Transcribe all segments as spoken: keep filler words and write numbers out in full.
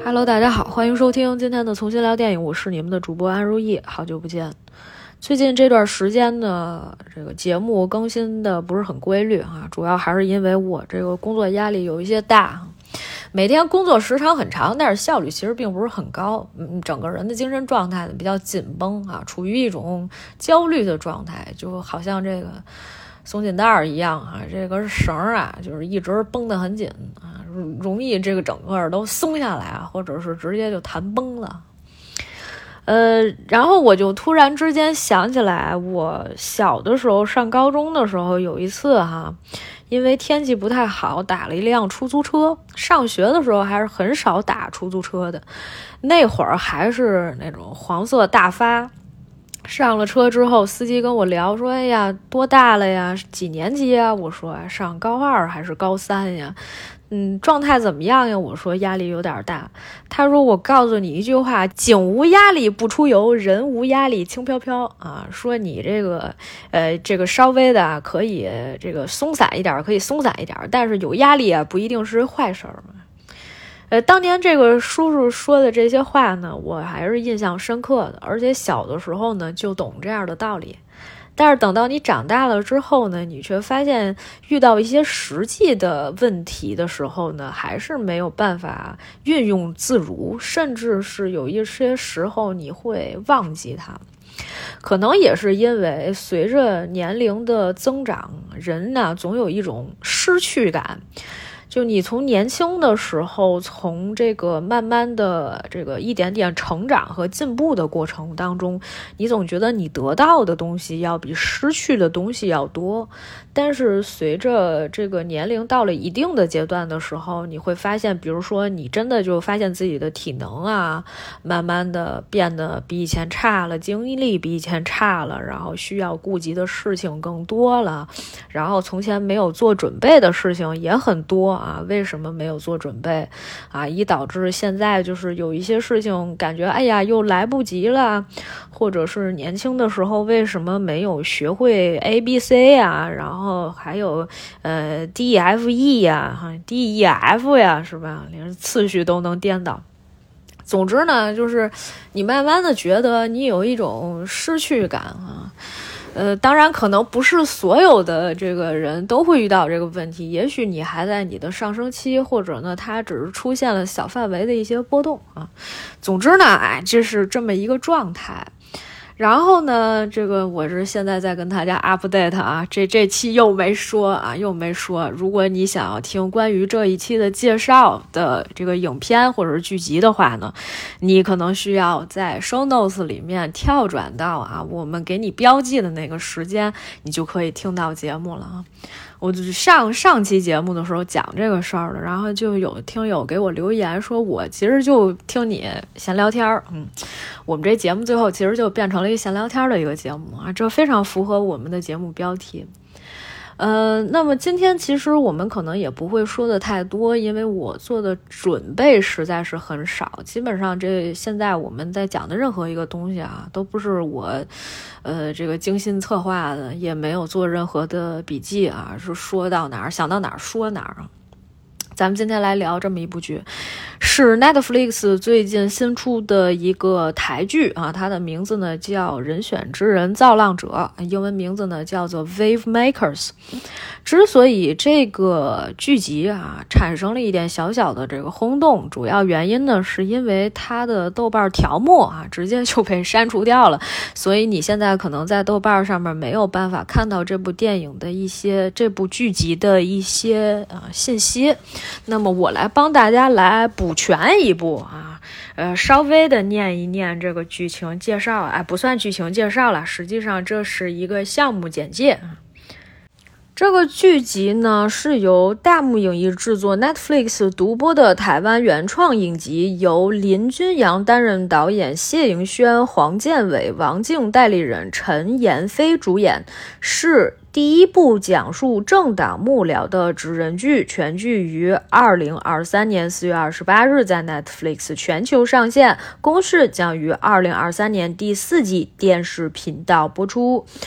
Hello， 大家好，欢迎收听今天的重新聊电影，我是你们的主播安如意，好久不见。最近这段时间呢，这个节目更新的不是很规律啊，主要还是因为我这个工作压力有一些大，每天工作时长很长，但是效率其实并不是很高，嗯，整个人的精神状态呢比较紧绷啊，处于一种焦虑的状态，就好像这个松紧带儿一样啊，这根绳啊，就是一直绷得很紧啊，容易这个整个都松下来啊，或者是直接就弹崩了。呃，然后我就突然之间想起来，我小的时候上高中的时候有一次哈，因为天气不太好，打了一辆出租车。上学的时候还是很少打出租车的，那会儿还是那种黄色大发。上了车之后，司机跟我聊说：“哎呀，多大了呀？几年级啊？”我说：“上高二还是高三呀？”嗯，状态怎么样呀？我说压力有点大。他说：“我告诉你一句话，井无压力不出油，人无压力轻飘飘啊。说你这个，呃，这个稍微的可以这个松散一点，可以松散一点，但是有压力啊，不一定是坏事儿。”呃，当年这个叔叔说的这些话呢，我还是印象深刻的，而且小的时候呢就懂这样的道理。但是等到你长大了之后呢，你却发现遇到一些实际的问题的时候呢，还是没有办法运用自如，甚至是有一些时候你会忘记它。可能也是因为随着年龄的增长，人呢总有一种失去感。就你从年轻的时候，从这个慢慢的这个一点点成长和进步的过程当中，你总觉得你得到的东西要比失去的东西要多。但是随着这个年龄到了一定的阶段的时候，你会发现，比如说你真的就发现自己的体能啊，慢慢的变得比以前差了，精力比以前差了，然后需要顾及的事情更多了，然后从前没有做准备的事情也很多啊，为什么没有做准备啊？以导致现在就是有一些事情感觉哎呀又来不及了，或者是年轻的时候为什么没有学会 A B C 啊，然后还有呃 D F E 呀、啊、D E F 呀，是吧？连次序都能颠倒。总之呢，就是你慢慢的觉得你有一种失去感啊。呃，当然可能不是所有的这个人都会遇到这个问题，也许你还在你的上升期，或者呢它只是出现了小范围的一些波动啊。总之呢，哎，这是这么一个状态。然后呢，这个我是现在在跟大家 update 啊，这这期又没说啊，又没说。如果你想要听关于这一期的介绍的这个影片或者是剧集的话呢，你可能需要在 show notes 里面跳转到啊我们给你标记的那个时间，你就可以听到节目了啊。我上上期节目的时候讲这个事儿了，然后就有听友给我留言说，我其实就听你闲聊天儿，嗯，我们这节目最后其实就变成了一个闲聊天的一个节目啊，这非常符合我们的节目标题。呃，那么今天其实我们可能也不会说的太多，因为我做的准备实在是很少，基本上这现在我们在讲的任何一个东西啊，都不是我呃这个精心策划的，也没有做任何的笔记啊，是说到哪儿想到哪儿说哪儿啊。咱们今天来聊这么一部剧，是 Netflix 最近新出的一个台剧啊，它的名字呢叫《人选之人造浪者》，英文名字呢叫做 Wave Makers。之所以这个剧集啊产生了一点小小的这个轰动，主要原因呢是因为它的豆瓣条目啊直接就被删除掉了，所以你现在可能在豆瓣上面没有办法看到这部电影的一些这部剧集的一些啊信息。那么我来帮大家来补全一部啊，呃，稍微的念一念这个剧情介绍，哎，不算剧情介绍了，实际上这是一个项目简介。这个剧集呢是由大幕影艺制作 Netflix 独播的台湾原创影集，由林君阳担任导演，谢盈萱、黄建伟、王静代理人，陈妍霏主演，是第一部讲述政党幕僚的职人剧，全剧于二零二三年四月二十八日在 Netflix 全球上线，公视将于二零二三年第四季电视频道播出。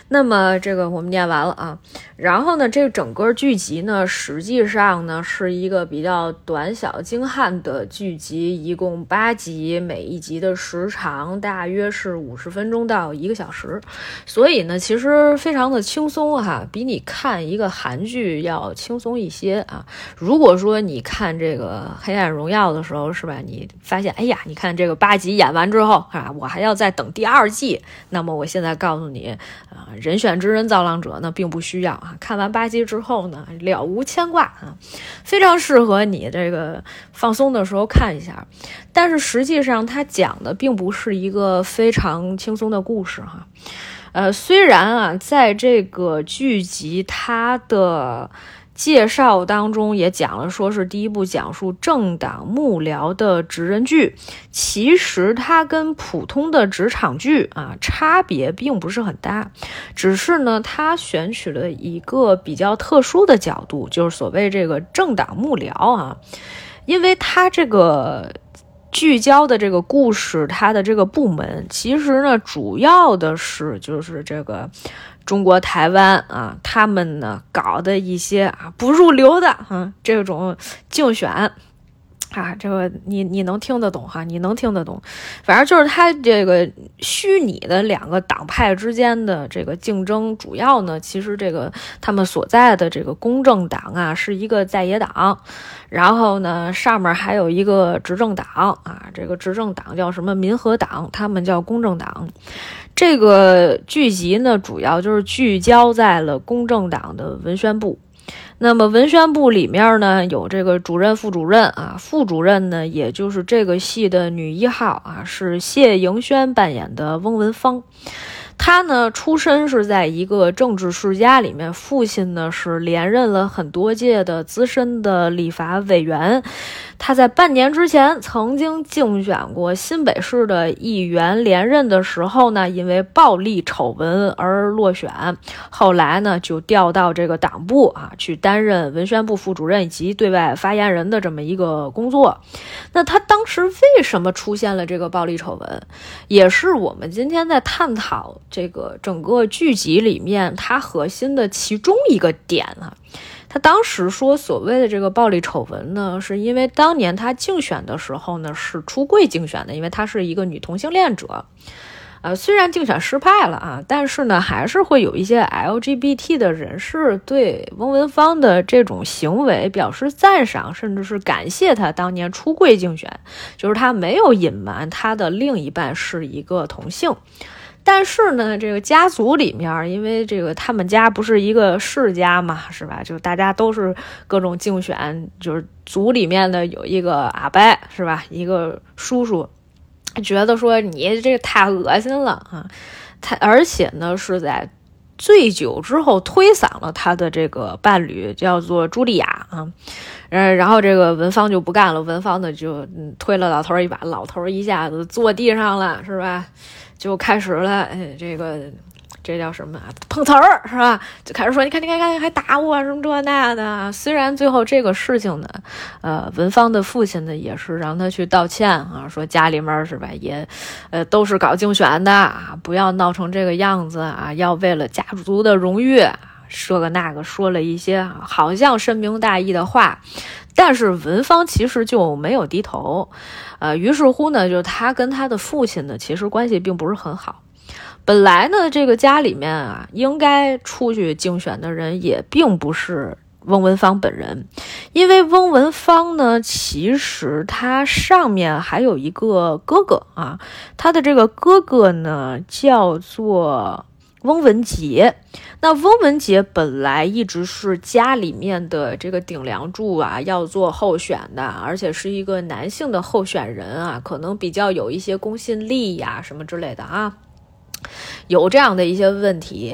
那么这个我们念完了啊，然后呢，这整个剧集呢，实际上呢是一个比较短小精悍的剧集，一共八集，每一集的时长大约是五十分钟到一个小时，所以呢，其实非常的轻松哈，比你看一个韩剧要轻松一些啊。如果说你看这个《黑暗荣耀》的时候，是吧？你发现，哎呀，你看这个八集演完之后啊，我还要再等第二季，那么我现在告诉你啊，人选之人造浪者呢，并不需要啊。看完八集之后呢，了无牵挂啊，非常适合你这个放松的时候看一下。但是实际上，它讲的并不是一个非常轻松的故事哈。呃，虽然啊，在这个剧集它的介绍当中也讲了，说是第一部讲述政党幕僚的职人剧，其实它跟普通的职场剧啊差别并不是很大，只是呢它选取了一个比较特殊的角度，就是所谓这个政党幕僚啊，因为它这个聚焦的这个故事，它的这个部门其实呢主要的是就是这个中国台湾啊，他们呢搞的一些啊不入流的啊这种竞选啊，这个你你能听得懂哈？你能听得懂？反正就是他这个虚拟的两个党派之间的这个竞争，主要呢，其实这个他们所在的这个公正党啊，是一个在野党，然后呢，上面还有一个执政党啊，这个执政党叫什么民和党，他们叫公正党。这个剧集呢，主要就是聚焦在了公正党的文宣部。那么文宣部里面呢，有这个主任、副主任啊，副主任呢，也就是这个戏的女一号啊，是谢盈萱扮演的翁文芳。他呢，出身是在一个政治世家里面，父亲呢是连任了很多届的资深的立法委员。他在半年之前曾经竞选过新北市的议员，连任的时候呢，因为暴力丑闻而落选。后来呢，就调到这个党部啊，去担任文宣部副主任以及对外发言人的这么一个工作。那他当时为什么出现了这个暴力丑闻，也是我们今天在探讨这个整个剧集里面它核心的其中一个点啊。他当时说所谓的这个暴力丑闻呢，是因为当年他竞选的时候呢是出柜竞选的，因为他是一个女同性恋者。呃，虽然竞选失败了啊，但是呢还是会有一些 L G B T 的人士对翁文芳的这种行为表示赞赏，甚至是感谢他当年出柜竞选，就是他没有隐瞒他的另一半是一个同性。但是呢，这个家族里面，因为这个他们家不是一个世家嘛，是吧？就大家都是各种竞选，就是族里面的有一个阿伯，是吧？一个叔叔，觉得说你这个太恶心了啊！他而且呢是在醉酒之后推搡了他的这个伴侣，叫做茱莉亚啊。呃，然后这个文芳就不干了，文芳呢就、嗯、推了老头一把，老头一下子坐地上了，是吧？就开始了，哎，这个这叫什么碰瓷儿是吧？就开始说，你看，你看，看还打我什么这那的。虽然最后这个事情呢，呃，文芳的父亲呢也是让他去道歉啊，说家里面是吧，也呃都是搞竞选的啊，不要闹成这个样子啊，要为了家族的荣誉，说个那个，说了一些好像深明大义的话。但是文芳其实就没有低头，呃，于是乎呢，就是他跟他的父亲呢，其实关系并不是很好。本来呢，这个家里面啊，应该出去竞选的人也并不是翁文芳本人，因为翁文芳呢，其实他上面还有一个哥哥啊，他的这个哥哥呢叫做翁文杰。那翁文杰本来一直是家里面的这个顶梁柱啊，要做候选的，而且是一个男性的候选人啊，可能比较有一些公信力呀、啊、什么之类的啊，有这样的一些问题。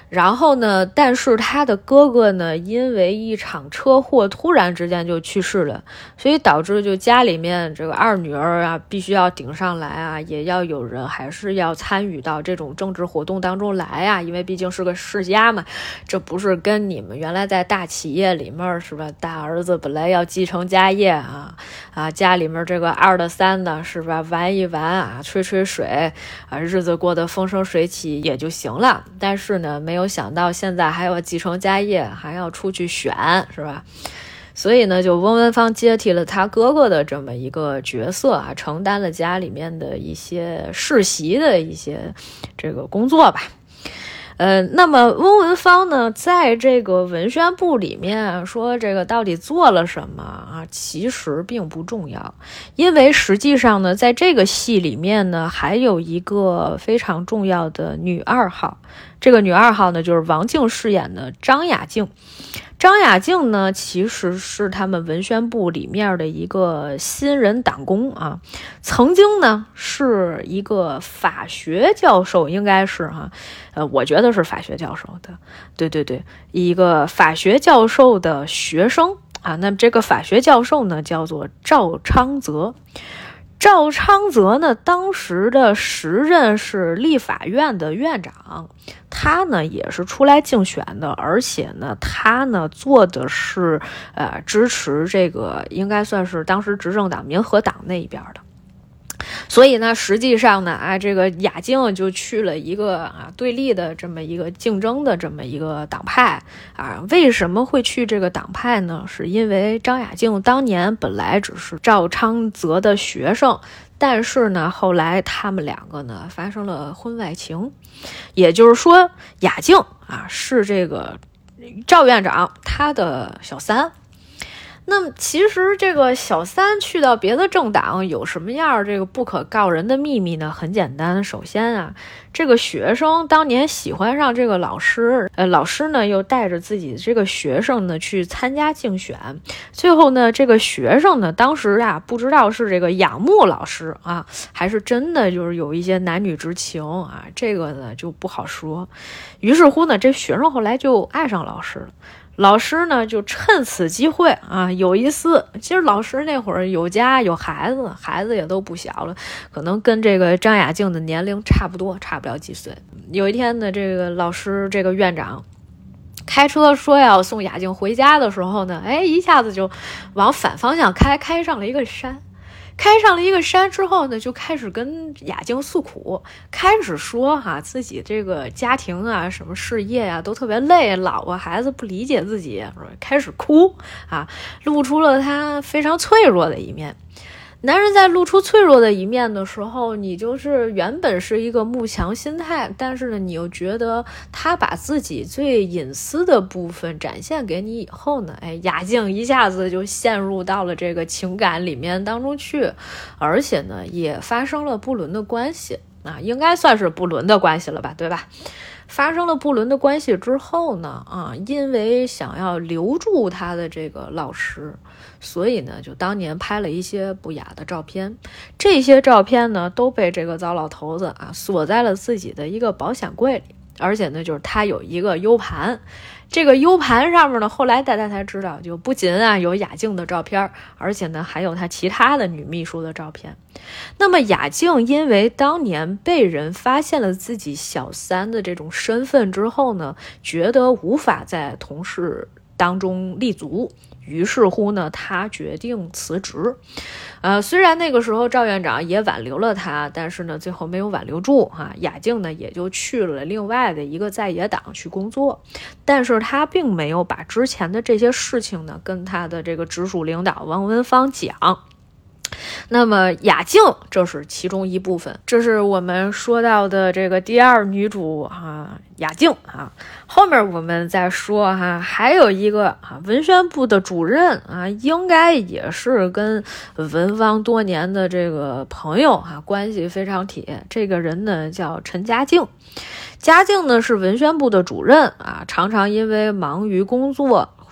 然后呢，但是他的哥哥呢，因为一场车祸突然之间就去世了，所以导致就家里面这个二女儿啊，必须要顶上来啊，也要有人还是要参与到这种政治活动当中来啊，因为毕竟是个世家嘛，这不是跟你们原来在大企业里面是吧？大儿子本来要继承家业啊啊，家里面这个二的三的是吧？玩一玩啊，吹吹水啊，日子过得风生水起也就行了。但是呢，没有想到现在还要继承家业，还要出去选，是吧？所以呢，就翁文芳接替了他哥哥的这么一个角色啊，承担了家里面的一些世袭的一些这个工作吧。呃，那么翁文芳呢，在这个文宣部里面说这个到底做了什么啊？其实并不重要，因为实际上呢，在这个戏里面呢，还有一个非常重要的女二号，这个女二号呢，就是王静饰演的张雅静。张雅静呢，其实是他们文宣部里面的一个新人党工啊，曾经呢是一个法学教授，应该是哈、啊，呃，我觉得是法学教授的，对对对，一个法学教授的学生啊。那么这个法学教授呢，叫做赵昌泽。赵昌泽呢，当时的时任是立法院的院长，他呢也是出来竞选的，而且呢，他呢做的是呃支持这个应该算是当时执政党民和党那一边的。所以呢，实际上呢，啊，这个雅静就去了一个啊对立的这么一个竞争的这么一个党派啊。为什么会去这个党派呢？是因为张雅静当年本来只是赵昌泽的学生，但是呢，后来他们两个呢发生了婚外情，也就是说，雅静啊是这个赵院长他的小三。那么其实这个小三去到别的政党有什么样这个不可告人的秘密呢？很简单，首先啊，这个学生当年喜欢上这个老师，呃，老师呢又带着自己这个学生呢去参加竞选，最后呢，这个学生呢当时啊不知道是这个仰慕老师啊，还是真的就是有一些男女之情啊，这个呢就不好说。于是乎呢，这学生后来就爱上老师了。老师呢就趁此机会啊，有一次，其实老师那会儿有家有孩子，孩子也都不小了，可能跟这个张雅静的年龄差不多，差不了几岁。有一天呢，这个老师这个院长开车说要送雅静回家的时候呢，哎，一下子就往反方向开，开上了一个山。开上了一个山之后呢，就开始跟雅静诉苦，开始说哈、啊、自己这个家庭啊、什么事业啊都特别累，老婆孩子不理解自己，开始哭啊，露出了他非常脆弱的一面。男人在露出脆弱的一面的时候，你就是原本是一个慕强心态，但是呢，你又觉得他把自己最隐私的部分展现给你以后呢，哎，雅静一下子就陷入到了这个情感里面当中去，而且呢，也发生了不伦的关系啊，应该算是不伦的关系了吧，对吧？发生了不伦的关系之后呢，啊，因为想要留住他的这个老师，所以呢，就当年拍了一些不雅的照片。这些照片呢，都被这个糟老头子啊锁在了自己的一个保险柜里，而且呢，就是他有一个 U 盘。这个 U 盘上面呢，后来大家才知道，就不仅啊有雅静的照片，而且呢还有他其他的女秘书的照片。那么雅静因为当年被人发现了自己小三的这种身份之后呢，觉得无法在同事当中立足，于是乎呢，他决定辞职。呃，虽然那个时候赵院长也挽留了他，但是呢，最后没有挽留住哈、啊。雅静呢，也就去了另外的一个在野党去工作，但是他并没有把之前的这些事情呢，跟他的这个直属领导王文芳讲。那么雅静这是其中一部分，这是我们说到的这个第二女主啊，雅静啊。后面我们再说哈、啊，还有一个啊，文宣部的主任啊，应该也是跟文芳多年的这个朋友啊，关系非常铁。这个人呢叫陈嘉静。嘉静呢是文宣部的主任啊，常常因为忙于工作，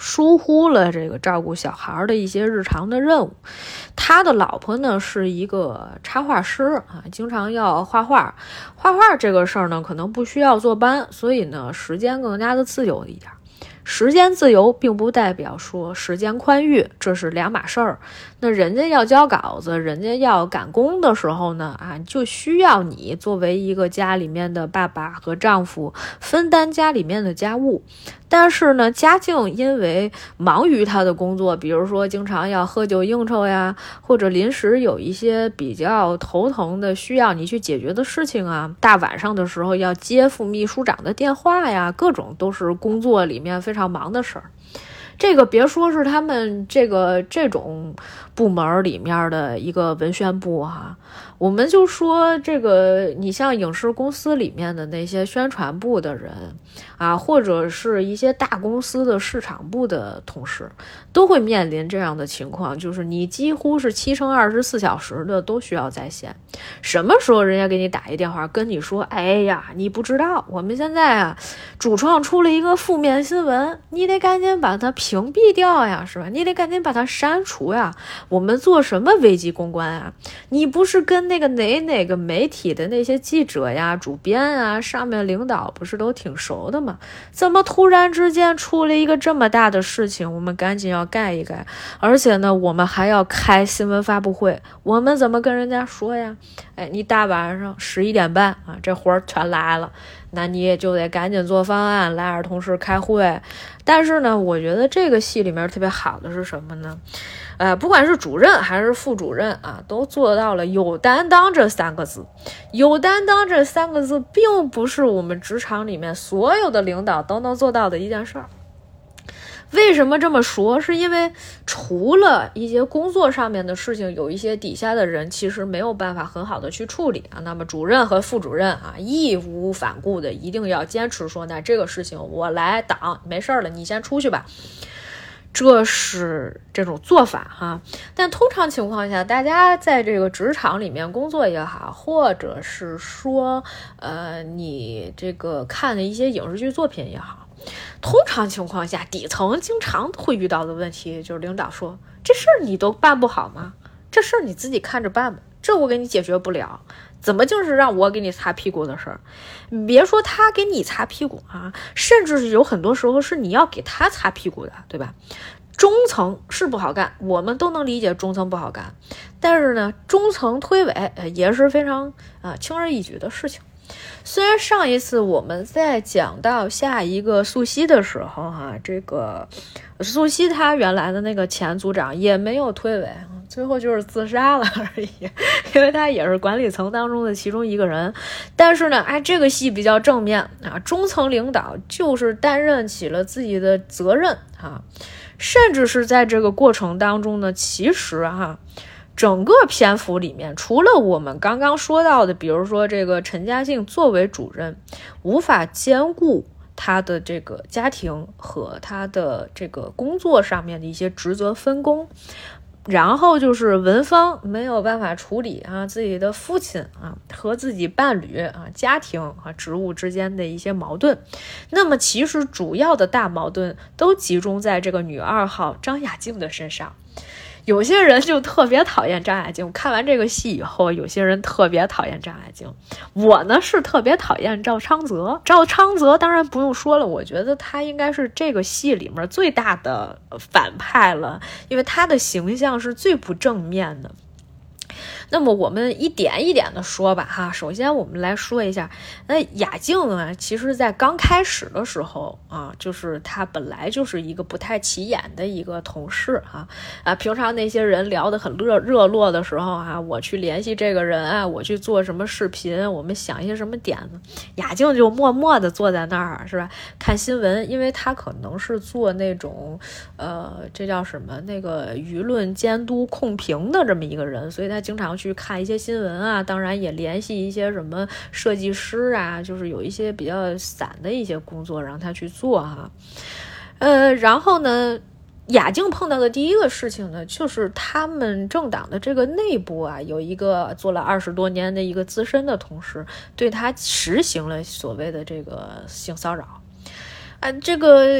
疏忽了这个照顾小孩的一些日常的任务。他的老婆呢是一个插画师啊，经常要画画。画画这个事儿呢，可能不需要坐班，所以呢，时间更加的自由一点。时间自由并不代表说时间宽裕，这是两码事儿。那人家要交稿子，人家要赶工的时候呢，啊，就需要你作为一个家里面的爸爸和丈夫分担家里面的家务。但是呢，家境因为忙于他的工作，比如说经常要喝酒应酬呀，或者临时有一些比较头疼的需要你去解决的事情啊，大晚上的时候要接副秘书长的电话呀，各种都是工作里面非常忙的事儿。这个别说是他们这个这种部门里面的一个文宣部哈，我们就说这个你像影视公司里面的那些宣传部的人啊，或者是一些大公司的市场部的同事，都会面临这样的情况，就是你几乎是七乘二十四小时的都需要在线。什么时候人家给你打一电话跟你说，哎呀，你不知道我们现在啊主创出了一个负面新闻，你得赶紧把它屏蔽掉呀，是吧？你得赶紧把它删除呀。我们做什么危机公关啊？你不是跟那个哪哪个媒体的那些记者呀、主编啊、上面领导不是都挺熟的吗？怎么突然之间出了一个这么大的事情？我们赶紧要盖一盖，而且呢，我们还要开新闻发布会，我们怎么跟人家说呀？哎，你大晚上十一点半啊，这活儿全来了。那你也就得赶紧做方案，拉着同事开会。但是呢，我觉得这个戏里面特别好的是什么呢？呃，不管是主任还是副主任啊，都做到了有担当这三个字。有担当这三个字，并不是我们职场里面所有的领导都能做到的一件事儿。为什么这么说？是因为除了一些工作上面的事情，有一些底下的人其实没有办法很好的去处理啊。那么主任和副主任啊，义无反顾的一定要坚持说，那这个事情我来挡，没事了，你先出去吧。这是这种做法哈，但通常情况下，大家在这个职场里面工作也好，或者是说，呃，你这个看的一些影视剧作品也好，通常情况下，底层经常会遇到的问题就是领导说，这事儿你都办不好吗？这事儿你自己看着办吧，这我给你解决不了。怎么就是让我给你擦屁股的事儿？别说他给你擦屁股啊，甚至是有很多时候是你要给他擦屁股的，对吧？中层是不好干，我们都能理解中层不好干，但是呢，中层推诿也是非常啊、呃、轻而易举的事情。虽然上一次我们在讲到下一个素汐的时候哈、啊，这个素汐他原来的那个前组长也没有推诿，最后就是自杀了而已，因为他也是管理层当中的其中一个人。但是呢，哎，这个戏比较正面啊，中层领导就是担任起了自己的责任啊，甚至是在这个过程当中呢，其实哈、啊。整个篇幅里面，除了我们刚刚说到的，比如说这个陈嘉杏作为主任，无法兼顾他的这个家庭和他的这个工作上面的一些职责分工，然后就是文芳没有办法处理啊自己的父亲啊和自己伴侣啊家庭啊职务之间的一些矛盾，那么其实主要的大矛盾都集中在这个女二号张雅静的身上。有些人就特别讨厌张雅静，看完这个戏以后，有些人特别讨厌张雅静。我呢是特别讨厌赵昌泽，赵昌泽当然不用说了，我觉得他应该是这个戏里面最大的反派了，因为他的形象是最不正面的。那么我们一点一点的说吧哈，首先我们来说一下，那雅静呢，其实在刚开始的时候啊，就是她本来就是一个不太起眼的一个同事啊啊，平常那些人聊得很热热络的时候啊，我去联系这个人啊，我去做什么视频，我们想一些什么点子，雅静就默默的坐在那儿是吧，看新闻，因为她可能是做那种呃，这叫什么那个舆论监督控评的这么一个人，所以她经常去看一些新闻啊，当然也联系一些什么设计师啊，就是有一些比较散的一些工作让他去做哈。呃，然后呢，雅静碰到的第一个事情呢，就是他们政党的这个内部啊，有一个做了二十多年的一个资深的同事，对他实行了所谓的这个性骚扰啊，这个。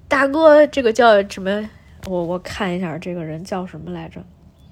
大哥这个叫什么？我我看一下这个人叫什么来着？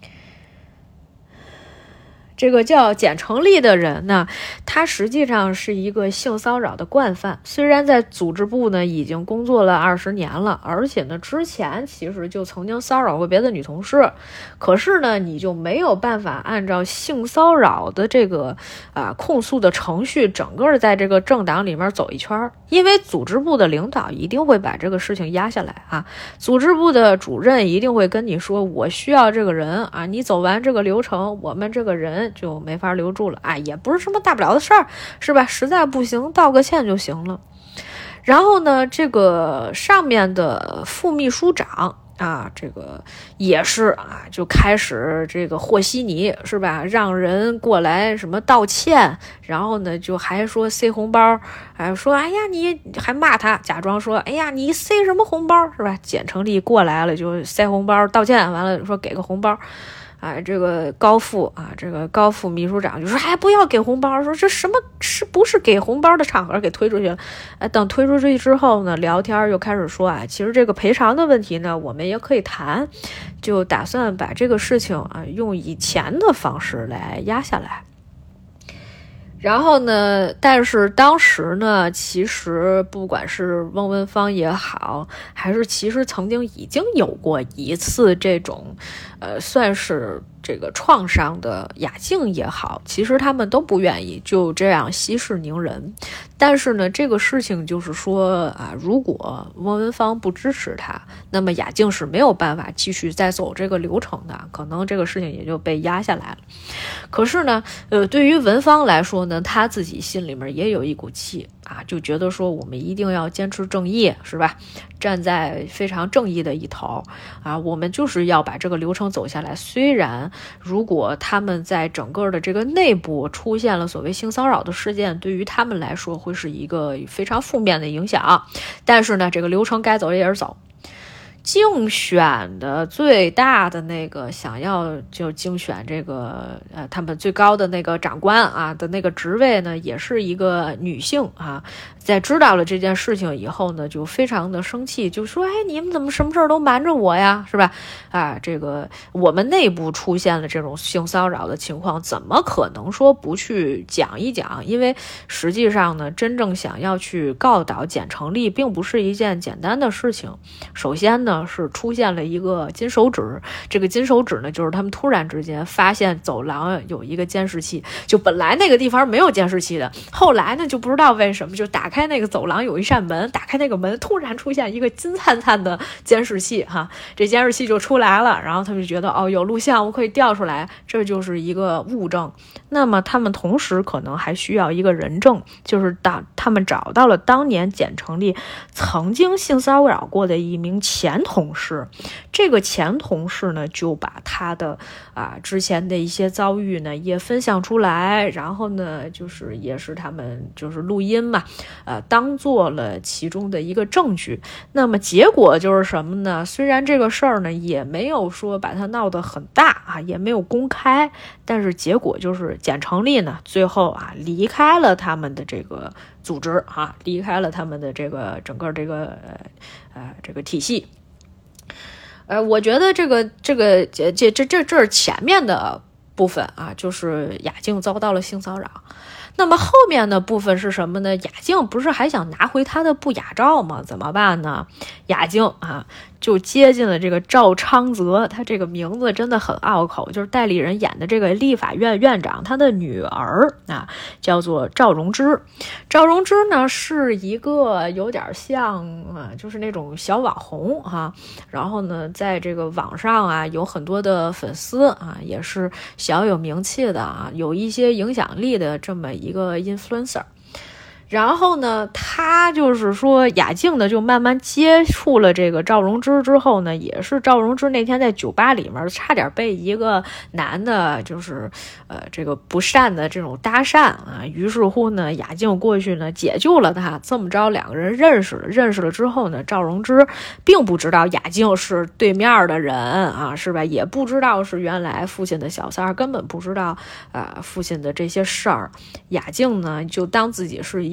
这个叫简成立的人呢，他实际上是一个性骚扰的惯犯。虽然在组织部呢已经工作了二十年了，而且呢之前其实就曾经骚扰过别的女同事，可是呢你就没有办法按照性骚扰的这个啊控诉的程序，整个在这个政党里面走一圈，因为组织部的领导一定会把这个事情压下来啊。组织部的主任一定会跟你说，我需要这个人啊，你走完这个流程，我们这个人就没法留住了啊，也不是什么大不了的事儿，是吧？实在不行道个歉就行了。然后呢，这个上面的副秘书长啊，这个也是啊，就开始这个和稀泥，是吧？让人过来什么道歉，然后呢，就还说塞红包，还说哎呀，你还骂他，假装说哎呀，你塞什么红包，是吧？简成立过来了就塞红包道歉，完了说给个红包。啊，这个高副啊，这个高副秘书长就说：“哎，不要给红包！”说这什么是不是给红包的场合给推出去了？哎，等推出去之后呢，聊天又开始说啊，其实这个赔偿的问题呢，我们也可以谈，就打算把这个事情啊，用以前的方式来压下来。然后呢，但是当时呢，其实不管是翁文芳也好，还是其实曾经已经有过一次这种，呃，算是这个创伤的雅静也好，其实他们都不愿意就这样息事宁人。但是呢，这个事情就是说啊，如果翁文芳不支持他，那么雅静是没有办法继续再走这个流程的，可能这个事情也就被压下来了。可是呢，呃，对于文芳来说呢，他自己心里面也有一股气啊，就觉得说我们一定要坚持正义，是吧？站在非常正义的一头啊，我们就是要把这个流程走下来。虽然如果他们在整个的这个内部出现了所谓性骚扰的事件，对于他们来说会是一个非常负面的影响，但是呢，这个流程该走也是走。竞选的最大的那个想要就竞选这个呃他们最高的那个长官啊的那个职位呢，也是一个女性啊，在知道了这件事情以后呢，就非常的生气，就说哎，你们怎么什么事儿都瞒着我呀，是吧？啊，这个我们内部出现了这种性骚扰的情况，怎么可能说不去讲一讲？因为实际上呢，真正想要去告倒简成立并不是一件简单的事情。首先呢，是出现了一个金手指，这个金手指呢，就是他们突然之间发现走廊有一个监视器，就本来那个地方没有监视器的，后来呢就不知道为什么就打开那个走廊有一扇门，打开那个门突然出现一个金灿灿的监视器哈，这监视器就出来了，然后他们就觉得哦有录像我可以调出来，这就是一个物证。那么他们同时可能还需要一个人证，就是当他们找到了当年简成立曾经性骚扰过的一名前同事，这个前同事呢就把他的啊之前的一些遭遇呢也分享出来，然后呢就是也是他们就是录音嘛，呃当做了其中的一个证据。那么结果就是什么呢？虽然这个事儿呢也没有说把它闹得很大啊，也没有公开，但是结果就是简成立呢最后啊离开了他们的这个组织啊，离开了他们的这个整个这个呃呃这个体系。呃，我觉得这个这个这这这这这是前面的部分啊，就是雅静遭到了性骚扰。那么后面的部分是什么呢？雅静不是还想拿回她的不雅照吗？怎么办呢？雅静啊就接近了这个赵昌泽，他这个名字真的很拗口，就是代理人演的这个立法院院长，他的女儿啊叫做赵荣芝。赵荣芝呢是一个有点像啊，就是那种小网红啊，然后呢在这个网上啊有很多的粉丝啊，也是小有名气的啊，有一些影响力的这么一个 influencer。然后呢，他就是说雅静呢就慢慢接触了这个赵荣芝之后呢，也是赵荣芝那天在酒吧里面差点被一个男的就是呃这个不善的这种搭讪啊，于是乎呢雅静过去呢解救了他，这么着两个人认识了，认识了之后呢，赵荣芝并不知道雅静是对面的人啊，是吧？也不知道是原来父亲的小三儿，根本不知道啊、呃、父亲的这些事儿。雅静呢就当自己是一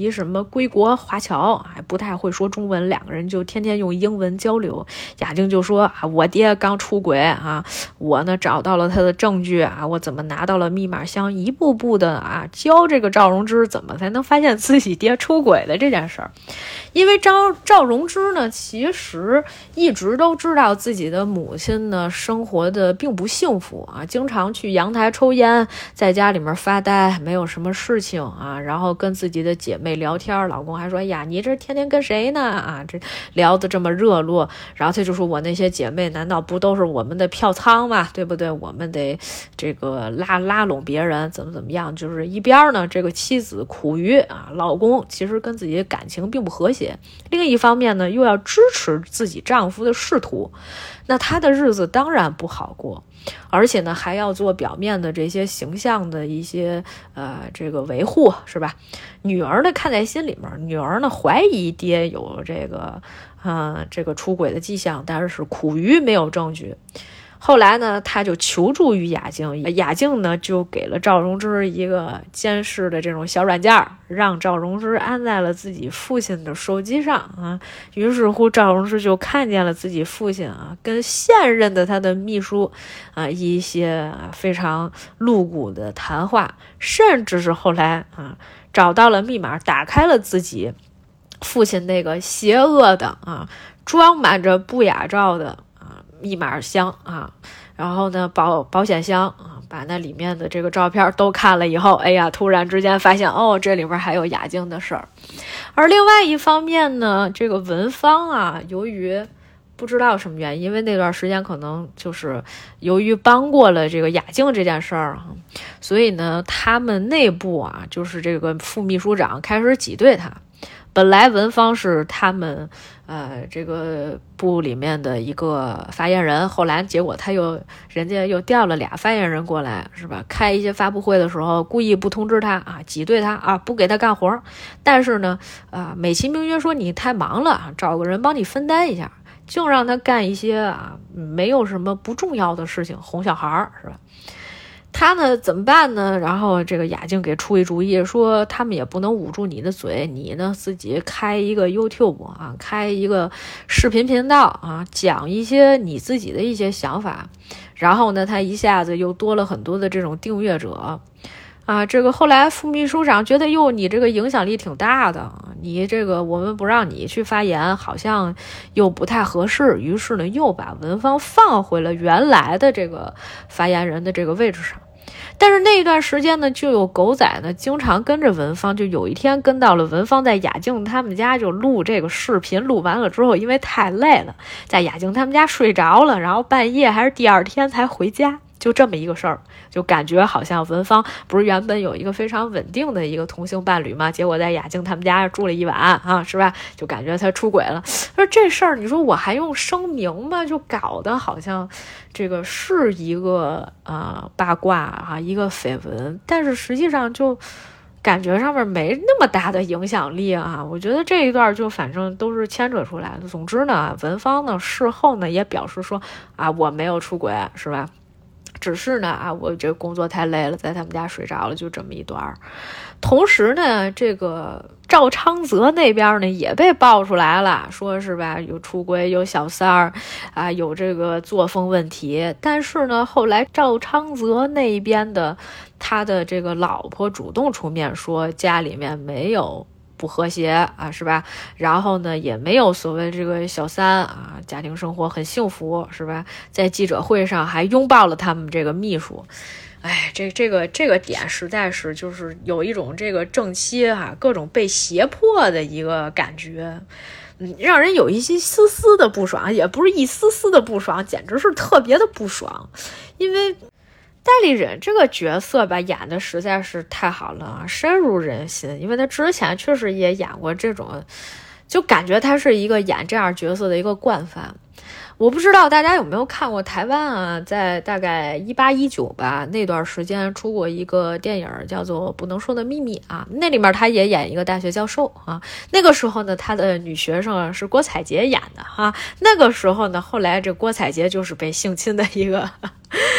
一什么归国华侨，还不太会说中文，两个人就天天用英文交流。雅静就说啊，我爹刚出轨啊，我呢找到了他的证据啊，我怎么拿到了密码箱，一步步的啊教这个赵荣之怎么才能发现自己爹出轨的这件事儿。因为赵赵荣之呢，其实一直都知道自己的母亲呢生活的并不幸福啊，经常去阳台抽烟，在家里面发呆，没有什么事情啊，然后跟自己的姐妹聊天，老公还说呀，你这天天跟谁呢啊，这聊得这么热络，然后他就说我那些姐妹难道不都是我们的票仓吗？对不对？我们得这个拉拉拢别人，怎么怎么样，就是一边呢这个妻子苦于啊老公其实跟自己的感情并不和谐，另一方面呢又要支持自己丈夫的仕途，那她的日子当然不好过，而且呢还要做表面的这些形象的一些呃这个维护，是吧？女儿呢看在心里面，女儿呢怀疑爹有这个呃这个出轨的迹象，但是苦于没有证据。后来呢，他就求助于雅静，雅静呢就给了赵荣之一个监视的这种小软件，让赵荣之安在了自己父亲的手机上啊。于是乎，赵荣之就看见了自己父亲啊跟现任的他的秘书啊一些啊非常露骨的谈话，甚至是后来啊找到了密码，打开了自己父亲那个邪恶的啊装满着不雅照的密码箱啊，然后呢保保险箱啊，把那里面的这个照片都看了以后，哎呀，突然之间发现哦，这里边还有雅静的事儿。而另外一方面呢，这个文芳啊，由于不知道什么原因，因为那段时间可能就是由于帮过了这个雅静这件事儿啊，所以呢，他们内部啊，就是这个副秘书长开始挤兑他。本来文芳是他们呃这个部里面的一个发言人，后来结果他又人家又调了俩发言人过来，是吧？开一些发布会的时候故意不通知他啊，挤兑他啊，不给他干活，但是呢啊美其名曰说你太忙了，找个人帮你分担一下，就让他干一些啊没有什么不重要的事情，哄小孩是吧？他呢怎么办呢？然后这个雅静给出一主意，说他们也不能捂住你的嘴，你呢自己开一个 YouTube 啊，开一个视频频道啊，讲一些你自己的一些想法。然后呢，他一下子又多了很多的这种订阅者啊。这个后来副秘书长觉得，哟，你这个影响力挺大的，你这个我们不让你去发言，好像又不太合适。于是呢，又把文芳放回了原来的这个发言人的这个位置上。但是那一段时间呢，就有狗仔呢经常跟着文芳，就有一天跟到了文芳在雅静他们家就录这个视频，录完了之后因为太累了，在雅静他们家睡着了，然后半夜还是第二天才回家，就这么一个事儿。就感觉好像文芳不是原本有一个非常稳定的一个同性伴侣嘛，结果在雅静他们家住了一晚啊，是吧？就感觉他出轨了。说这事儿你说我还用声明吗？就搞得好像这个是一个呃八卦啊，一个绯闻，但是实际上就感觉上面没那么大的影响力啊。我觉得这一段就反正都是牵扯出来的。总之呢，文芳呢事后呢也表示说啊，我没有出轨，是吧？只是呢啊，我这工作太累了，在他们家睡着了，就这么一段。同时呢，这个赵昌泽那边呢也被爆出来了，说是吧有出轨，有小三儿啊，有这个作风问题。但是呢，后来赵昌泽那边的他的这个老婆主动出面说，家里面没有不和谐啊，是吧？然后呢，也没有所谓这个小三啊，家庭生活很幸福，是吧？在记者会上还拥抱了他们这个秘书。哎，这这个这个点实在是就是有一种这个正妻啊，各种被胁迫的一个感觉，嗯，让人有一些丝丝的不爽，也不是一丝丝的不爽，简直是特别的不爽，因为戴立忍这个角色吧，演的实在是太好了，深入人心。因为他之前确实也演过这种，就感觉他是一个演这样角色的一个惯犯。我不知道大家有没有看过台湾啊，在大概一八一九吧那段时间出过一个电影叫做《不能说的秘密》啊，那里面他也演一个大学教授啊。那个时候呢，他的女学生是郭采洁演的哈、啊。那个时候呢，后来这郭采洁就是被性侵的一个。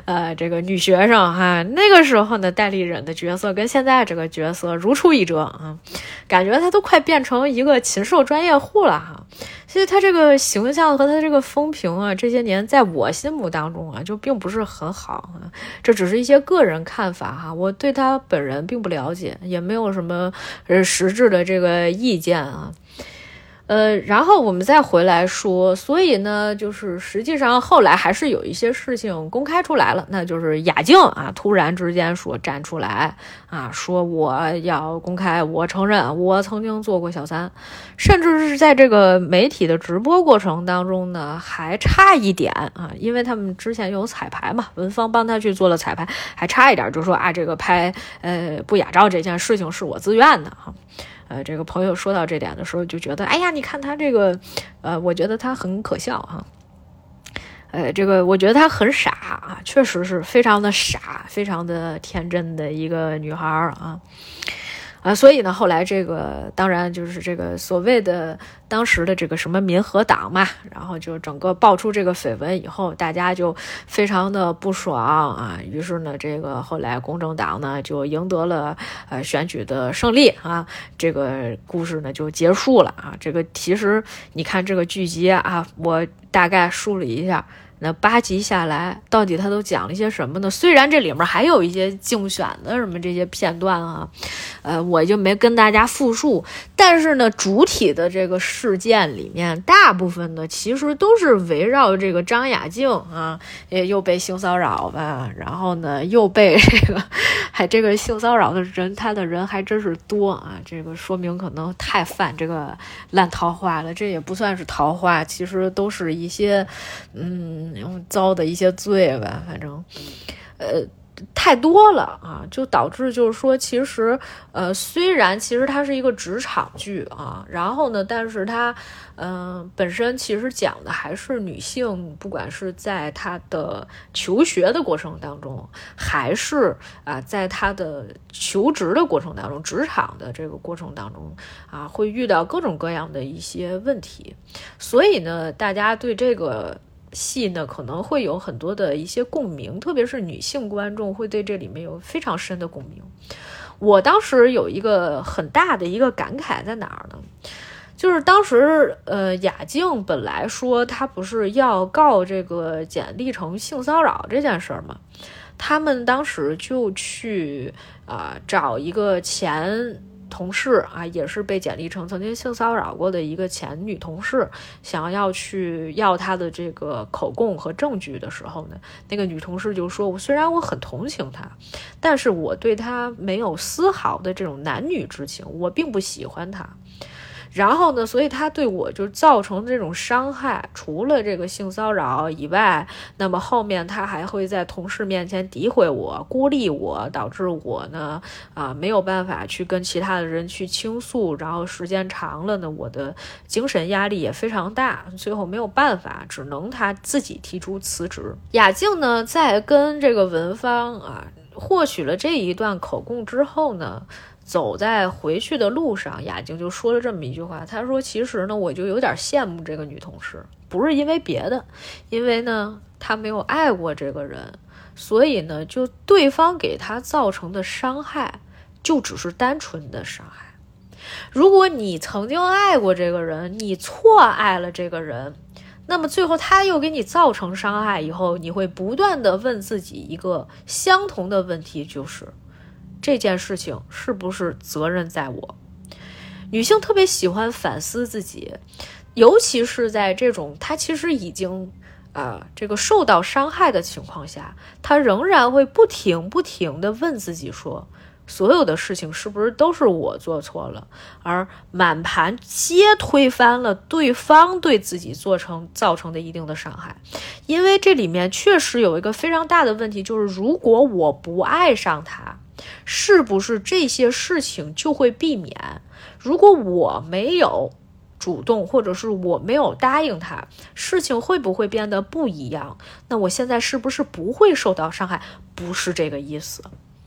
呃这个女学生哈，那个时候呢代理人的角色跟现在这个角色如出一辙啊，感觉她都快变成一个禽兽专业户了哈。所以她这个形象和她这个风评啊，这些年在我心目当中啊，就并不是很好啊。这只是一些个人看法哈，我对她本人并不了解，也没有什么呃实质的这个意见啊。呃，然后我们再回来说，所以呢，就是实际上后来还是有一些事情公开出来了，那就是雅静啊，突然之间说站出来啊，说我要公开，我承认我曾经做过小三，甚至是在这个媒体的直播过程当中呢，还差一点啊，因为他们之前有彩排嘛，文方帮他去做了彩排，还差一点就说啊，这个拍呃不雅照这件事情是我自愿的哈。呃，这个朋友说到这点的时候，就觉得，哎呀，你看他这个，呃，我觉得他很可笑哈。呃，这个我觉得他很傻啊，确实是非常的傻，非常的天真的一个女孩啊。啊，所以呢，后来这个当然就是这个所谓的当时的这个什么民和党嘛，然后就整个爆出这个绯闻以后，大家就非常的不爽啊。于是呢，这个后来公正党呢就赢得了呃选举的胜利啊，这个故事呢就结束了啊。这个其实你看这个剧集啊，我大概梳理一下。那八集下来，到底他都讲了一些什么呢？虽然这里面还有一些竞选的什么这些片段啊，呃，我就没跟大家复述。但是呢，主体的这个事件里面，大部分呢其实都是围绕这个张雅静啊，也又被性骚扰吧，然后呢又被这个还这个性骚扰的人，他的人还真是多啊。这个说明可能太犯这个烂桃花了，这也不算是桃花，其实都是一些嗯。遭的一些罪吧，反正呃太多了啊，就导致就是说其实呃虽然其实它是一个职场剧啊，然后呢但是它嗯、呃、本身其实讲的还是女性，不管是在她的求学的过程当中，还是啊在她的求职的过程当中，职场的这个过程当中啊会遇到各种各样的一些问题，所以呢大家对这个戏呢可能会有很多的一些共鸣，特别是女性观众会对这里面有非常深的共鸣。我当时有一个很大的一个感慨在哪儿呢？就是当时呃雅静本来说她不是要告这个简历成性骚扰这件事吗？他们当时就去啊、呃、找一个前同事啊，也是被简历成曾经性骚扰过的一个前女同事，想要去要她的这个口供和证据的时候呢，那个女同事就说，我虽然我很同情她，但是我对她没有丝毫的这种男女之情，我并不喜欢她。然后呢，所以他对我就造成这种伤害，除了这个性骚扰以外，那么后面他还会在同事面前诋毁我、孤立我，导致我呢啊没有办法去跟其他的人去倾诉，然后时间长了呢，我的精神压力也非常大，最后没有办法，只能他自己提出辞职。雅静呢，在跟这个文芳啊获取了这一段口供之后呢，走在回去的路上，雅静就说了这么一句话，她说其实呢我就有点羡慕这个女同事，不是因为别的，因为呢她没有爱过这个人，所以呢就对方给她造成的伤害就只是单纯的伤害。如果你曾经爱过这个人，你错爱了这个人，那么最后他又给你造成伤害以后，你会不断的问自己一个相同的问题，就是这件事情是不是责任在我？女性特别喜欢反思自己，尤其是在这种她其实已经呃这个受到伤害的情况下，她仍然会不停不停的问自己说，所有的事情是不是都是我做错了，而满盘皆推翻了对方对自己做成造成的一定的伤害。因为这里面确实有一个非常大的问题，就是如果我不爱上他，是不是这些事情就会避免？如果我没有主动，或者是我没有答应他，事情会不会变得不一样？那我现在是不是不会受到伤害？不是这个意思。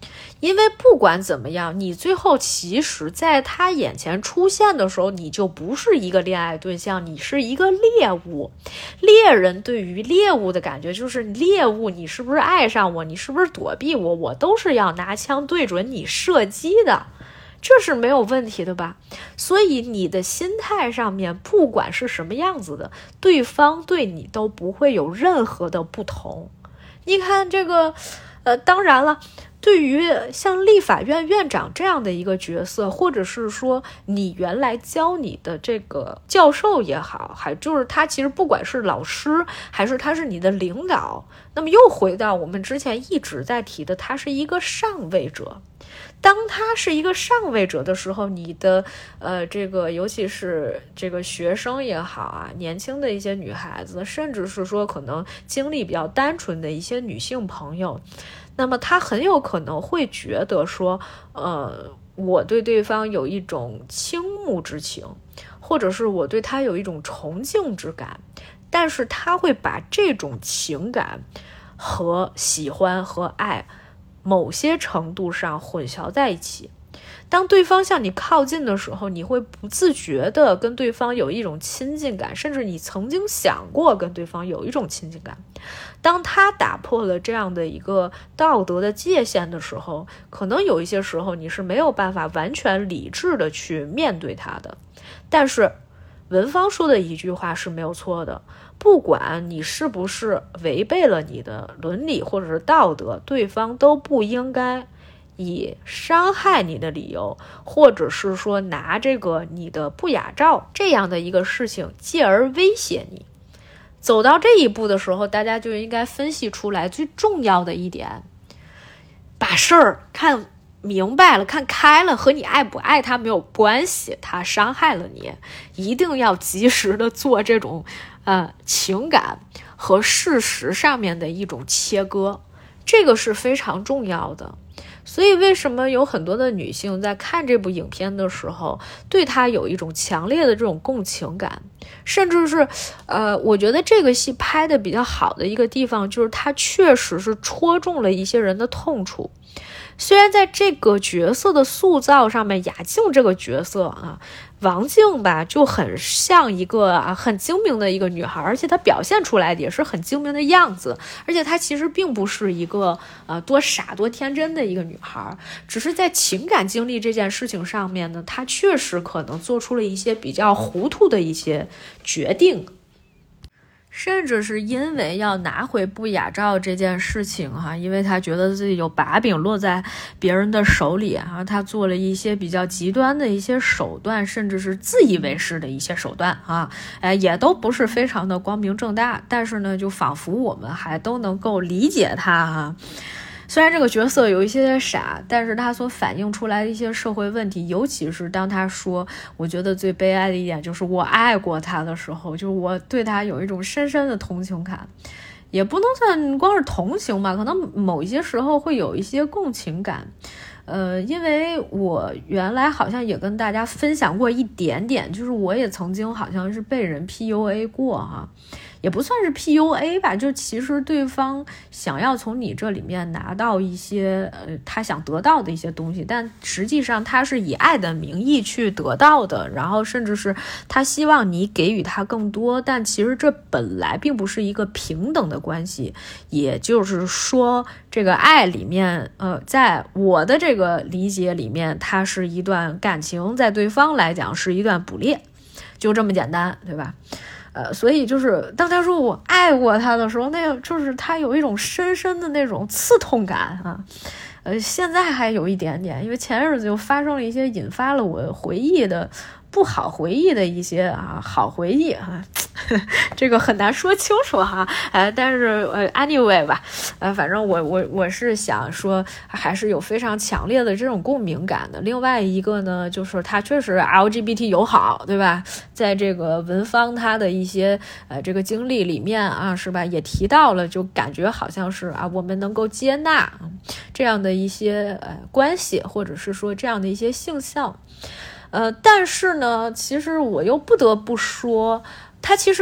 因为不管怎么样，你最后其实在他眼前出现的时候，你就不是一个恋爱对象，你是一个猎物。猎人对于猎物的感觉就是猎物，你是不是爱上我，你是不是躲避我，我都是要拿枪对准你射击的，这是没有问题的吧？所以你的心态上面不管是什么样子的，对方对你都不会有任何的不同。你看这个呃，当然了，对于像立法院院长这样的一个角色，或者是说你原来教你的这个教授也好，还就是他其实不管是老师还是他是你的领导，那么又回到我们之前一直在提的，他是一个上位者。当他是一个上位者的时候，你的呃这个尤其是这个学生也好啊，年轻的一些女孩子，甚至是说可能经历比较单纯的一些女性朋友，那么他很有可能会觉得说呃我对对方有一种倾慕之情，或者是我对他有一种崇敬之感，但是他会把这种情感和喜欢和爱某些程度上混淆在一起。当对方向你靠近的时候，你会不自觉的跟对方有一种亲近感，甚至你曾经想过跟对方有一种亲近感。当他打破了这样的一个道德的界限的时候，可能有一些时候你是没有办法完全理智的去面对他的。但是文芳说的一句话是没有错的，不管你是不是违背了你的伦理或者是道德，对方都不应该以伤害你的理由，或者是说拿这个你的不雅照这样的一个事情继而威胁你。走到这一步的时候，大家就应该分析出来最重要的一点，把事儿看明白了，看开了，和你爱不爱他没有关系，他伤害了你，一定要及时的做这种呃情感和事实上面的一种切割，这个是非常重要的。所以为什么有很多的女性在看这部影片的时候，对她有一种强烈的这种共情感，甚至是呃，我觉得这个戏拍的比较好的一个地方，就是它确实是戳中了一些人的痛处。虽然在这个角色的塑造上面，雅静这个角色啊，王静吧就很像一个啊很精明的一个女孩，而且她表现出来的也是很精明的样子，而且她其实并不是一个呃多傻多天真的一个女孩，只是在情感经历这件事情上面呢，她确实可能做出了一些比较糊涂的一些决定。甚至是因为要拿回不雅照这件事情哈、啊，因为他觉得自己有把柄落在别人的手里啊，他做了一些比较极端的一些手段，甚至是自以为是的一些手段啊，哎，也都不是非常的光明正大，但是呢，就仿佛我们还都能够理解他哈、啊。虽然这个角色有一些傻，但是他所反映出来的一些社会问题，尤其是当他说我觉得最悲哀的一点就是我爱过他的时候，就是我对他有一种深深的同情感，也不能算光是同情吧，可能某一些时候会有一些共情感。呃，因为我原来好像也跟大家分享过一点点，就是我也曾经好像是被人 P U A 过哈，也不算是 P U A 吧，就其实对方想要从你这里面拿到一些呃他想得到的一些东西，但实际上他是以爱的名义去得到的，然后甚至是他希望你给予他更多，但其实这本来并不是一个平等的关系。也就是说，这个爱里面呃在我的这个理解里面，它是一段感情，在对方来讲是一段捕猎，就这么简单，对吧？呃，所以就是当他说我爱过他的时候，那个就是他有一种深深的那种刺痛感啊。呃，现在还有一点点，因为前日子就发生了一些引发了我回忆的不好回忆的一些啊好回忆啊，这个很难说清楚哈，呃，但是呃 anyway 吧，呃，反正我我我是想说，还是有非常强烈的这种共鸣感的。另外一个呢，就是它确实 L G B T 友好，对吧？在这个文芳他的一些呃这个经历里面啊，是吧，也提到了，就感觉好像是啊，我们能够接纳这样的一些呃关系，或者是说这样的一些性向。呃，但是呢，其实我又不得不说，它其实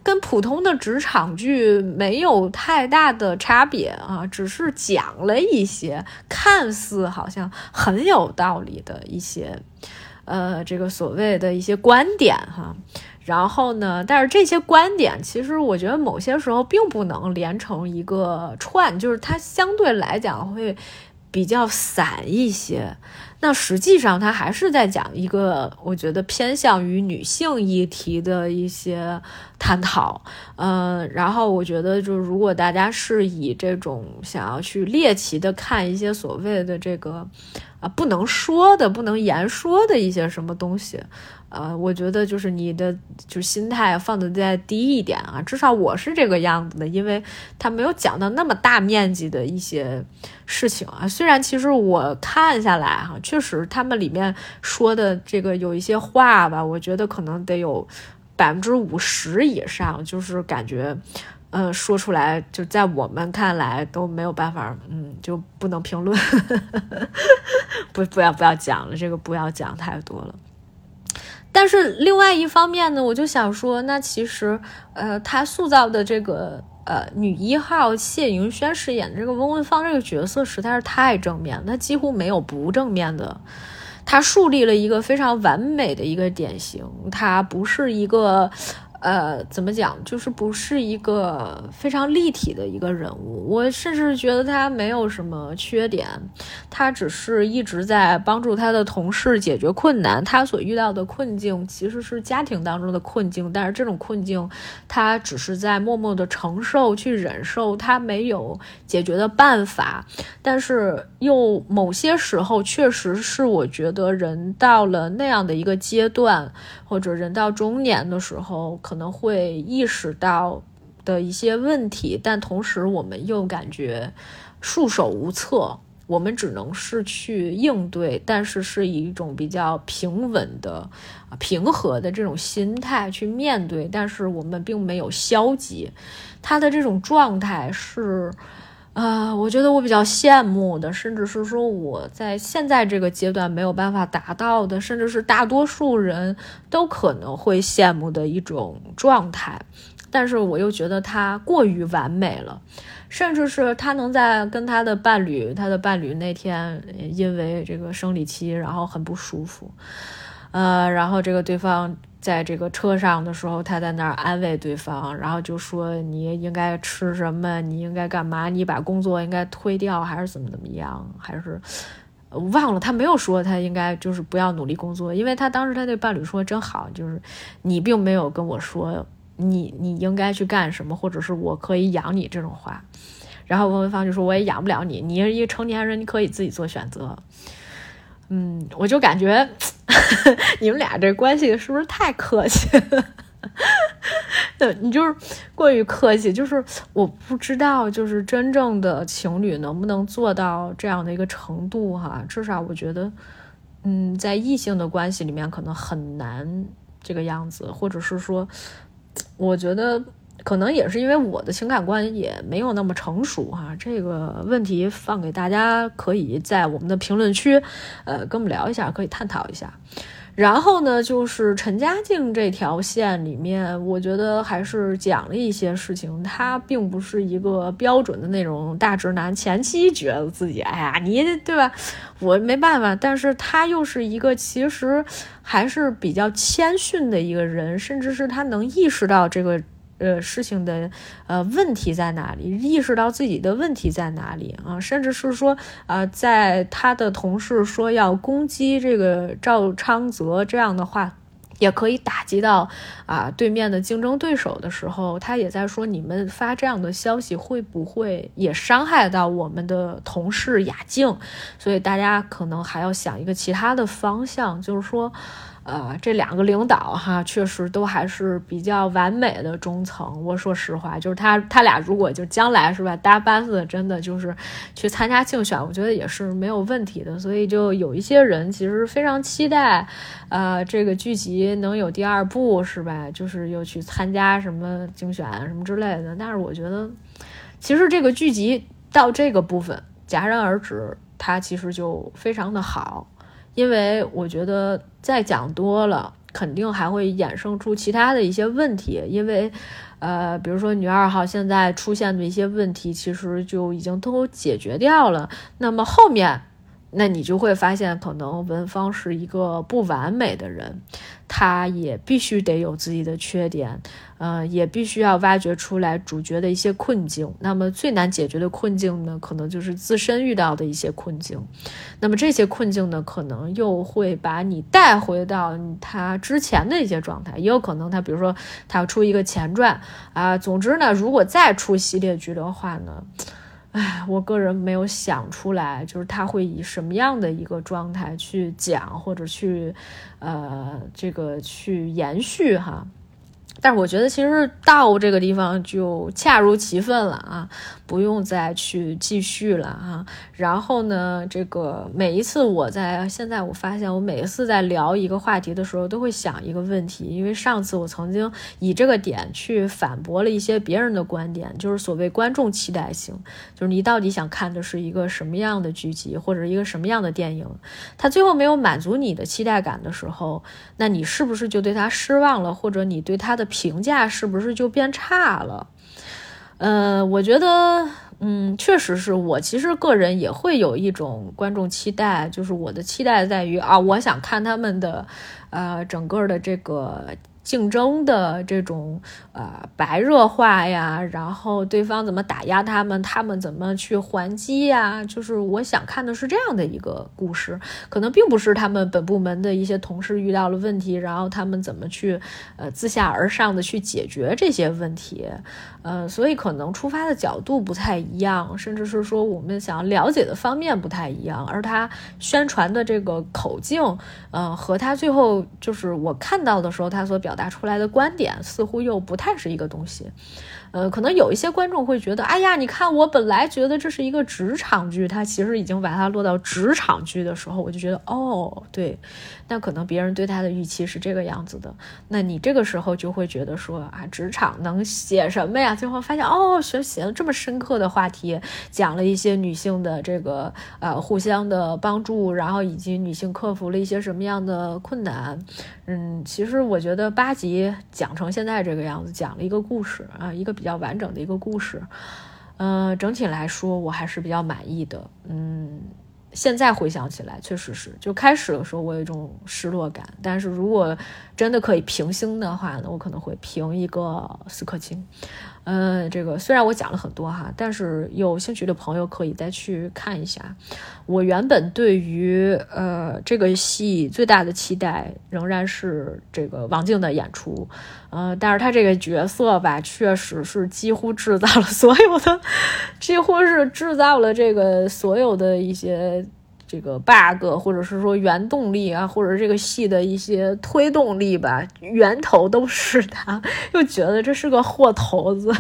跟普通的职场剧没有太大的差别啊，只是讲了一些看似好像很有道理的一些呃这个所谓的一些观点哈。然后呢，但是这些观点其实我觉得某些时候并不能连成一个串，就是它相对来讲会比较散一些。那实际上它还是在讲一个我觉得偏向于女性议题的一些探讨。呃，然后我觉得就是如果大家是以这种想要去猎奇的看一些所谓的这个啊不能说的不能言说的一些什么东西，呃，我觉得就是你的就是心态放得再低一点啊，至少我是这个样子的，因为他没有讲到那么大面积的一些事情啊。虽然其实我看下来哈、啊，确实他们里面说的这个有一些话吧，我觉得可能得有百分之五十以上，就是感觉。呃，说出来就在我们看来都没有办法，嗯，就不能评论，不不要不要讲了，这个不要讲太多了。但是另外一方面呢，我就想说，那其实呃，他塑造的这个呃女一号谢盈萱饰演的这个翁文芳这个角色实在是太正面，他几乎没有不正面的。他树立了一个非常完美的一个典型，他不是一个。呃，怎么讲，就是不是一个非常立体的一个人物，我甚至觉得他没有什么缺点，他只是一直在帮助他的同事解决困难，他所遇到的困境其实是家庭当中的困境，但是这种困境他只是在默默的承受去忍受，他没有解决的办法，但是又某些时候确实是我觉得人到了那样的一个阶段，或者人到中年的时候可能会意识到的一些问题，但同时我们又感觉束手无策，我们只能是去应对，但是是以一种比较平稳的平和的这种心态去面对，但是我们并没有消极。他的这种状态是呃，我觉得我比较羡慕的，甚至是说我在现在这个阶段没有办法达到的，甚至是大多数人都可能会羡慕的一种状态。但是我又觉得他过于完美了，甚至是他能在跟他的伴侣，他的伴侣那天因为这个生理期，然后很不舒服，呃，然后这个对方在这个车上的时候，他在那儿安慰对方，然后就说你应该吃什么，你应该干嘛，你把工作应该推掉，还是怎么怎么样，还是我忘了，他没有说他应该就是不要努力工作，因为他当时他对伴侣说真好，就是你并没有跟我说你你应该去干什么，或者是我可以养你这种话。然后翁文芳就说我也养不了你，你是一个成年人，你可以自己做选择。嗯，我就感觉你们俩这关系是不是太客气了？对，你就是过于客气，就是我不知道，就是真正的情侣能不能做到这样的一个程度哈？至少我觉得，嗯，在异性的关系里面可能很难这个样子，或者是说，我觉得可能也是因为我的情感观也没有那么成熟哈，这个问题放给大家，可以在我们的评论区，呃，跟我们聊一下，可以探讨一下。然后呢，就是陈嘉静这条线里面，我觉得还是讲了一些事情，他并不是一个标准的那种大直男，前期觉得自己哎呀你对吧，我没办法，但是他又是一个其实还是比较谦逊的一个人，甚至是他能意识到这个呃，事情的呃问题在哪里，意识到自己的问题在哪里啊，甚至是说啊、呃，在他的同事说要攻击这个赵昌泽这样的话，也可以打击到啊对面的竞争对手的时候，他也在说你们发这样的消息会不会也伤害到我们的同事雅静，所以大家可能还要想一个其他的方向，就是说呃，这两个领导哈，确实都还是比较完美的中层。我说实话，就是他他俩如果就将来是吧搭班子，真的就是去参加竞选，我觉得也是没有问题的。所以就有一些人其实非常期待，呃，这个剧集能有第二部是吧？就是又去参加什么竞选什么之类的。但是我觉得，其实这个剧集到这个部分戛然而止，它其实就非常的好。因为我觉得再讲多了肯定还会衍生出其他的一些问题，因为呃，比如说女二号现在出现的一些问题，其实就已经都解决掉了。那么后面，那你就会发现，可能文芳是一个不完美的人，他也必须得有自己的缺点，呃，也必须要挖掘出来主角的一些困境。那么最难解决的困境呢，可能就是自身遇到的一些困境。那么这些困境呢，可能又会把你带回到他之前的一些状态，也有可能他比如说他要出一个前传啊、呃。总之呢，如果再出系列剧的话呢，哎，我个人没有想出来，就是他会以什么样的一个状态去讲，或者去，呃，这个去延续哈。但是我觉得其实到这个地方就恰如其分了啊，不用再去继续了啊。然后呢，这个每一次我在现在我发现我每一次在聊一个话题的时候都会想一个问题，因为上次我曾经以这个点去反驳了一些别人的观点，就是所谓观众期待性，就是你到底想看的是一个什么样的剧集或者一个什么样的电影，它最后没有满足你的期待感的时候，那你是不是就对它失望了，或者你对它的评价是不是就变差了？呃，我觉得嗯，确实是我其实个人也会有一种观众期待，就是我的期待在于啊，我想看他们的呃整个的这个竞争的这种呃白热化呀，然后对方怎么打压他们，他们怎么去还击呀，就是我想看的是这样的一个故事，可能并不是他们本部门的一些同事遇到了问题，然后他们怎么去呃自下而上的去解决这些问题，呃，所以可能出发的角度不太一样，甚至是说我们想要了解的方面不太一样，而他宣传的这个口径，呃，和他最后就是我看到的时候他所表达出来的观点似乎又不太是一个东西。呃，可能有一些观众会觉得，哎呀，你看我本来觉得这是一个职场剧，他其实已经把它落到职场剧的时候，我就觉得哦，对，那可能别人对他的预期是这个样子的，那你这个时候就会觉得说啊，职场能写什么呀？最后发现哦，写写了这么深刻的话题，讲了一些女性的这个呃互相的帮助，然后以及女性克服了一些什么样的困难。嗯，其实我觉得八集讲成现在这个样子，讲了一个故事啊，一个比较完整的一个故事。呃，整体来说我还是比较满意的。嗯，现在回想起来确实是，就开始的时候我有一种失落感，但是如果真的可以评星的话呢，我可能会评一个四颗星。呃，这个虽然我讲了很多哈，但是有兴趣的朋友可以再去看一下。我原本对于呃这个戏最大的期待仍然是这个王静的演出，呃，但是他这个角色吧，确实是几乎制造了所有的，几乎是制造了这个所有的一些这个 bug， 或者是说原动力啊，或者这个戏的一些推动力吧，源头都是他，又觉得这是个货头子。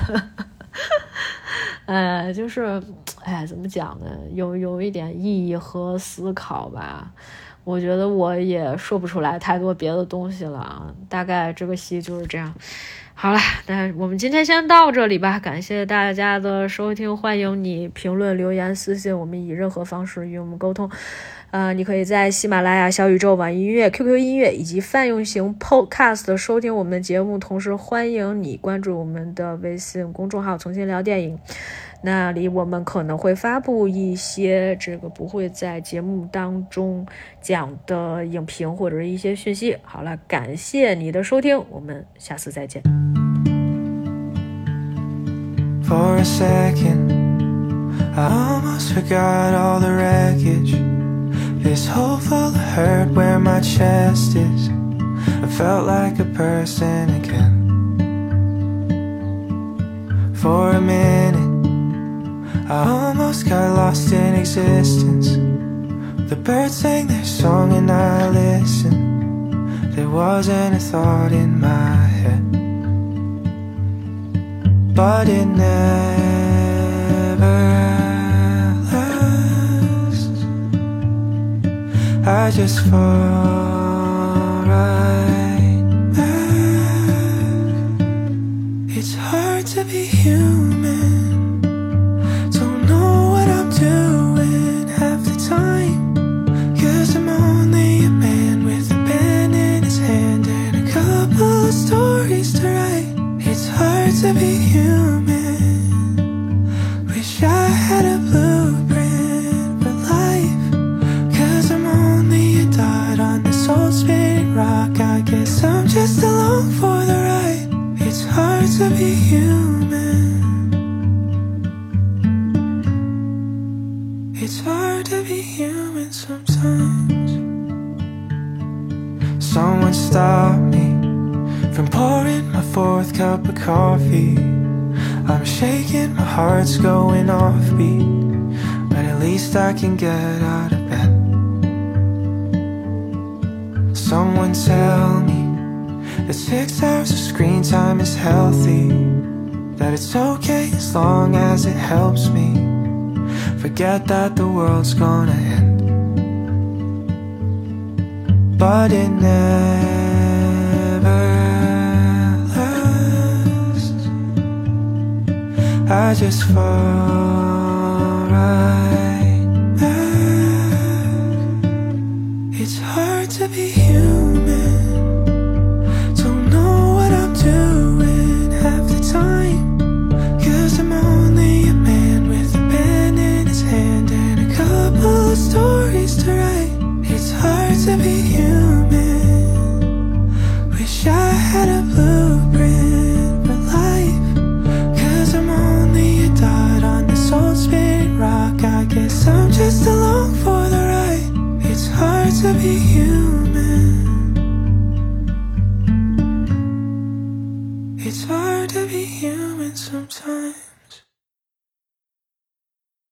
呃，就是，哎，怎么讲呢？有有一点意义和思考吧。我觉得我也说不出来太多别的东西了啊。大概这个戏就是这样。好了，那我们今天先到这里吧。感谢大家的收听，欢迎你评论、留言、私信，我们以任何方式与我们沟通。呃，你可以在喜马拉雅、小宇宙、网易音乐、Q Q 音乐以及泛用型 Podcast 收听我们的节目，同时欢迎你关注我们的微信公众号"重新聊电影"。那里我们可能会发布一些这个不会在节目当中讲的影评或者一些讯息。好了，感谢你的收听，我们下次再见。For a second, I almost forgot all the wreckage. This hole full of hurt where my chest is. I felt like a person again. For a minute, I almost got lost in existence. The birds sang their song and I listened. There wasn't a thought in my head, but it never lasts. I just fall right back. It's hard to be human. Don't know what I'm doing half the time, 'cause I'm only a man with a pen in his hand and a couple of stories to write. It's hard to be It's hard to be human sometimes. Someone stop me from pouring my fourth cup of coffee. I'm shaking, my heart's going offbeat, but at least I can get out of bed. Someone tell me that six hours of screen time is healthy, that it's okay as long as it helps me forget that the world's gonna end. But it never lasts. I just fall right back. It's hard to be human. Don't know what I'm doing half the time, 'cause I'm only a man with a pen in his hand and a couple of stories to write. It's hard to be human. Wish I had a blueprint for life, 'cause I'm only a dot on this old spinning rock. I guess I'm just along for the ride. It's hard to be human. It's hard to be human sometimes.